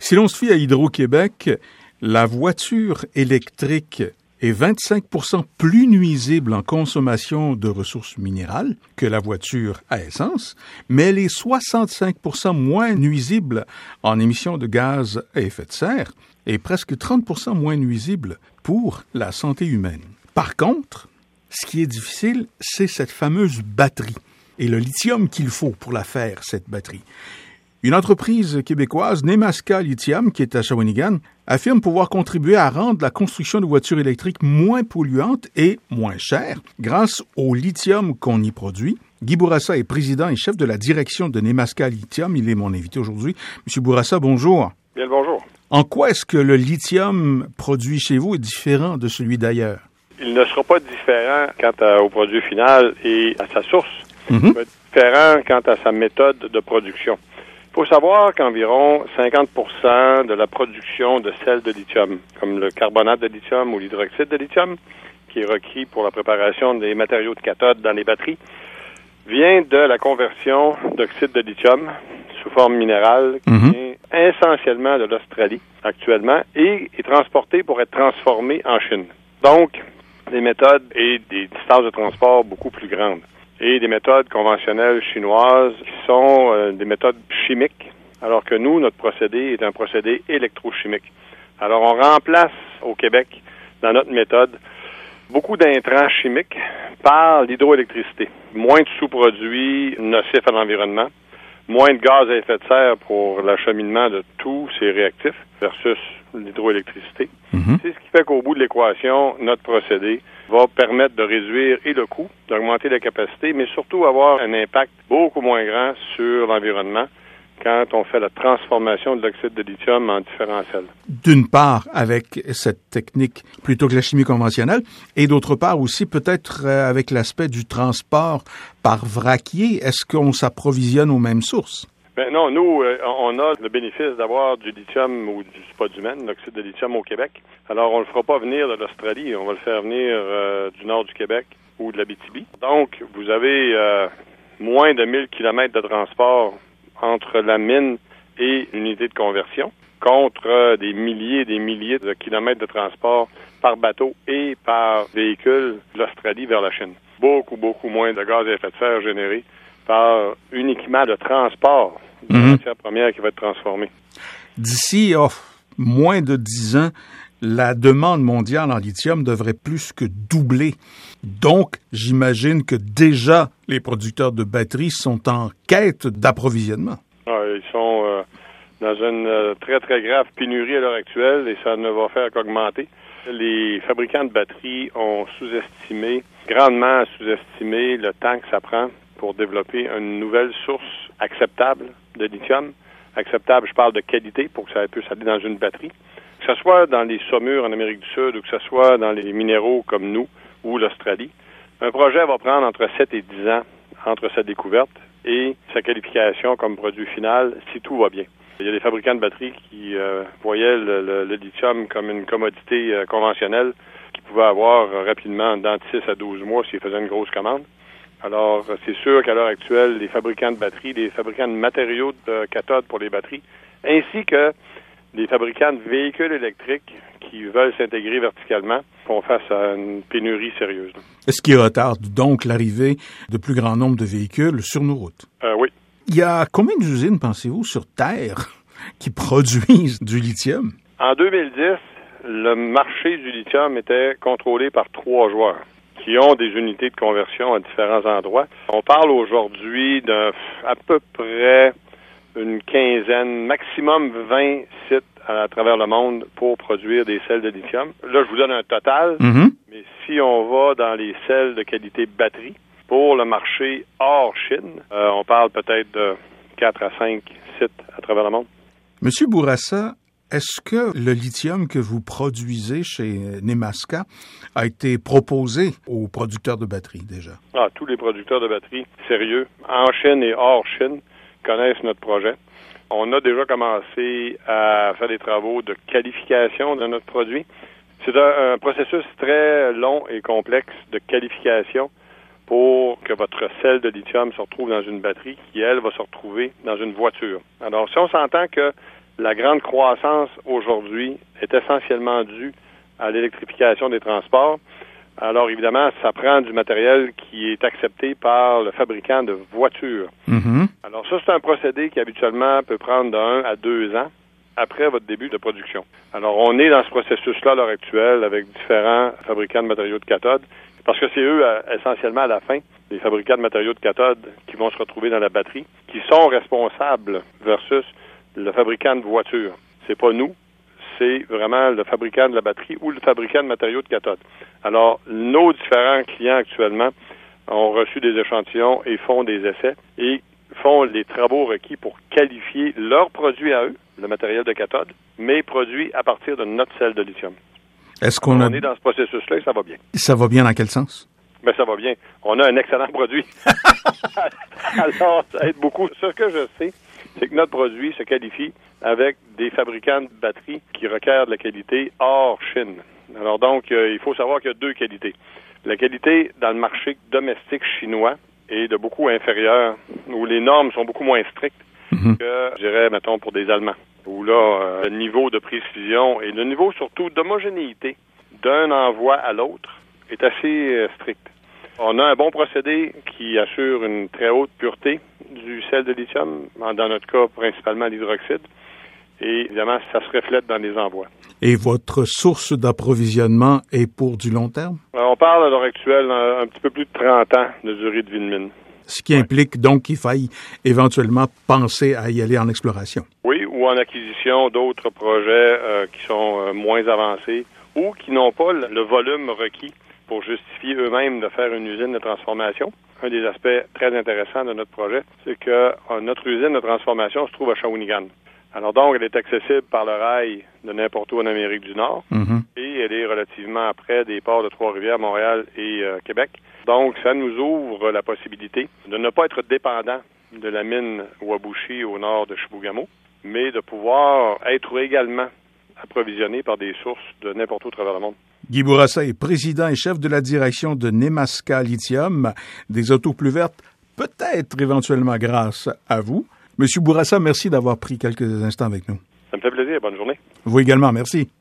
Si l'on se fie à Hydro-Québec, la voiture électrique est 25% plus nuisible en consommation de ressources minérales que la voiture à essence, mais elle est 65% moins nuisible en émissions de gaz à effet de serre et presque 30% moins nuisible pour la santé humaine. Par contre, ce qui est difficile, c'est cette fameuse batterie et le lithium qu'il faut pour la faire, cette batterie. Une entreprise québécoise, Nemaska Lithium, qui est à Shawinigan, affirme pouvoir contribuer à rendre la construction de voitures électriques moins polluantes et moins chères grâce au lithium qu'on y produit. Guy Bourassa est président et chef de la direction de Nemaska Lithium. Il est mon invité aujourd'hui. Monsieur Bourassa, bonjour. Bien le bonjour. En quoi est-ce que le lithium produit chez vous est différent de celui d'ailleurs? Il ne sera pas différent quant au produit final et à sa source. Il va être différent quant à sa méthode de production. Il faut savoir qu'environ 50% de la production de sels de lithium, comme le carbonate de lithium ou l'hydroxyde de lithium, qui est requis pour la préparation des matériaux de cathode dans les batteries, vient de la conversion d'oxyde de lithium sous forme minérale, qui vient essentiellement de l'Australie actuellement, et est transporté pour être transformé en Chine. Donc, des méthodes et des distances de transport beaucoup plus grandes. Et des méthodes conventionnelles chinoises qui sont des méthodes chimiques, alors que nous, notre procédé est un procédé électrochimique. Alors, on remplace au Québec, dans notre méthode, beaucoup d'intrants chimiques par l'hydroélectricité. Moins de sous-produits nocifs à l'environnement, moins de gaz à effet de serre pour l'acheminement de tous ces réactifs versus l'hydroélectricité. C'est ce qui fait qu'au bout de l'équation, notre procédé va permettre de réduire et le coût, d'augmenter la capacité, mais surtout avoir un impact beaucoup moins grand sur l'environnement quand on fait la transformation de l'oxyde de lithium en différents sels. D'une part, avec cette technique plutôt que la chimie conventionnelle, et d'autre part aussi peut-être avec l'aspect du transport par vraquier. Est-ce qu'on s'approvisionne aux mêmes sources? Ben non, nous, on a le bénéfice d'avoir du lithium ou du spodumène, l'oxyde de lithium au Québec. Alors, on le fera pas venir de l'Australie, on va le faire venir du nord du Québec ou de l'Abitibi. Donc, vous avez moins de 1000 km de transport entre la mine et l'unité de conversion, contre des milliers et des milliers de kilomètres de transport par bateau et par véhicule de l'Australie vers la Chine. Beaucoup, beaucoup moins de gaz à effet de serre généré par uniquement le transport de la matière première qui va être transformée. D'ici moins de 10 ans, la demande mondiale en lithium devrait plus que doubler. Donc, j'imagine que déjà les producteurs de batteries sont en quête d'approvisionnement. Ils sont dans une très, très grave pénurie à l'heure actuelle et ça ne va faire qu'augmenter. Les fabricants de batteries ont grandement sous-estimé le temps que ça prend pour développer une nouvelle source acceptable de lithium. Acceptable, je parle de qualité pour que ça puisse aller dans une batterie. Que ce soit dans les saumures en Amérique du Sud ou que ce soit dans les minéraux comme nous ou l'Australie, un projet va prendre entre 7 et 10 ans entre sa découverte et sa qualification comme produit final si tout va bien. Il y a des fabricants de batteries qui voyaient le lithium comme une commodité conventionnelle qu'ils pouvaient avoir rapidement dans 6 à 12 mois s'ils faisaient une grosse commande. Alors, c'est sûr qu'à l'heure actuelle, les fabricants de batteries, les fabricants de matériaux de cathode pour les batteries, ainsi que les fabricants de véhicules électriques qui veulent s'intégrer verticalement font face à une pénurie sérieuse. Est-ce qui retarde donc l'arrivée de plus grand nombre de véhicules sur nos routes? Oui. Il y a combien d'usines, pensez-vous, sur Terre qui produisent du lithium? En 2010, le marché du lithium était contrôlé par 3 joueurs qui ont des unités de conversion à différents endroits. On parle aujourd'hui d'à peu près une quinzaine, maximum 20 sites à travers le monde pour produire des sels de lithium. Là, je vous donne un total, mais si on va dans les sels de qualité batterie, pour le marché hors Chine, on parle peut-être de 4 à 5 sites à travers le monde. Monsieur Bourassa, est-ce que le lithium que vous produisez chez Nemaska a été proposé aux producteurs de batteries déjà? Tous les producteurs de batteries sérieux, en Chine et hors Chine, connaissent notre projet. On a déjà commencé à faire des travaux de qualification de notre produit. C'est un processus très long et complexe de qualification pour que votre sel de lithium se retrouve dans une batterie qui, elle, va se retrouver dans une voiture. Alors, si on s'entend que La grande croissance aujourd'hui est essentiellement due à l'électrification des transports. Alors, évidemment, ça prend du matériel qui est accepté par le fabricant de voitures. Mm-hmm. Alors, ça, c'est un procédé qui, habituellement, peut prendre de 1 à 2 ans après votre début de production. Alors, on est dans ce processus-là à l'heure actuelle avec différents fabricants de matériaux de cathode, parce que c'est eux, essentiellement, à la fin, les fabricants de matériaux de cathode qui vont se retrouver dans la batterie, qui sont responsables versus le fabricant de voitures. C'est pas nous. C'est vraiment le fabricant de la batterie ou le fabricant de matériaux de cathode. Alors, nos différents clients actuellement ont reçu des échantillons et font des essais et font les travaux requis pour qualifier leurs produits à eux, le matériel de cathode, mais produit à partir de notre sel de lithium. Est-ce qu'on On est dans ce processus-là et ça va bien. Ça va bien dans quel sens? Ben, ça va bien. On a un excellent produit. Alors, ça aide beaucoup. Ce que je sais, c'est que notre produit se qualifie avec des fabricants de batteries qui requièrent de la qualité hors Chine. Alors donc, il faut savoir qu'il y a 2 qualités. La qualité dans le marché domestique chinois est de beaucoup inférieure, où les normes sont beaucoup moins strictes que, je dirais, mettons, pour des Allemands, où là, le niveau de précision et le niveau surtout d'homogénéité d'un envoi à l'autre est assez strict. On a un bon procédé qui assure une très haute pureté du sel de lithium, dans notre cas principalement l'hydroxyde, et évidemment ça se reflète dans les envois. Et votre source d'approvisionnement est pour du long terme? On parle à l'heure actuelle un petit peu plus de 30 ans de durée de vie de mine. Ce qui implique donc qu'il faille éventuellement penser à y aller en exploration. Oui, ou en acquisition d'autres projets qui sont moins avancés ou qui n'ont pas le volume requis pour justifier eux-mêmes de faire une usine de transformation. Un des aspects très intéressants de notre projet, c'est que notre usine de transformation se trouve à Shawinigan. Alors donc, elle est accessible par le rail de n'importe où en Amérique du Nord et elle est relativement près des ports de Trois-Rivières, Montréal et Québec. Donc, ça nous ouvre la possibilité de ne pas être dépendant de la mine Whabouchi au nord de Chibougamau, mais de pouvoir être également approvisionné par des sources de n'importe où à travers le monde. Guy Bourassa est président et chef de la direction de Nemaska Lithium, des autos plus vertes, peut-être éventuellement grâce à vous. Monsieur Bourassa, merci d'avoir pris quelques instants avec nous. Ça me fait plaisir. Bonne journée. Vous également, merci.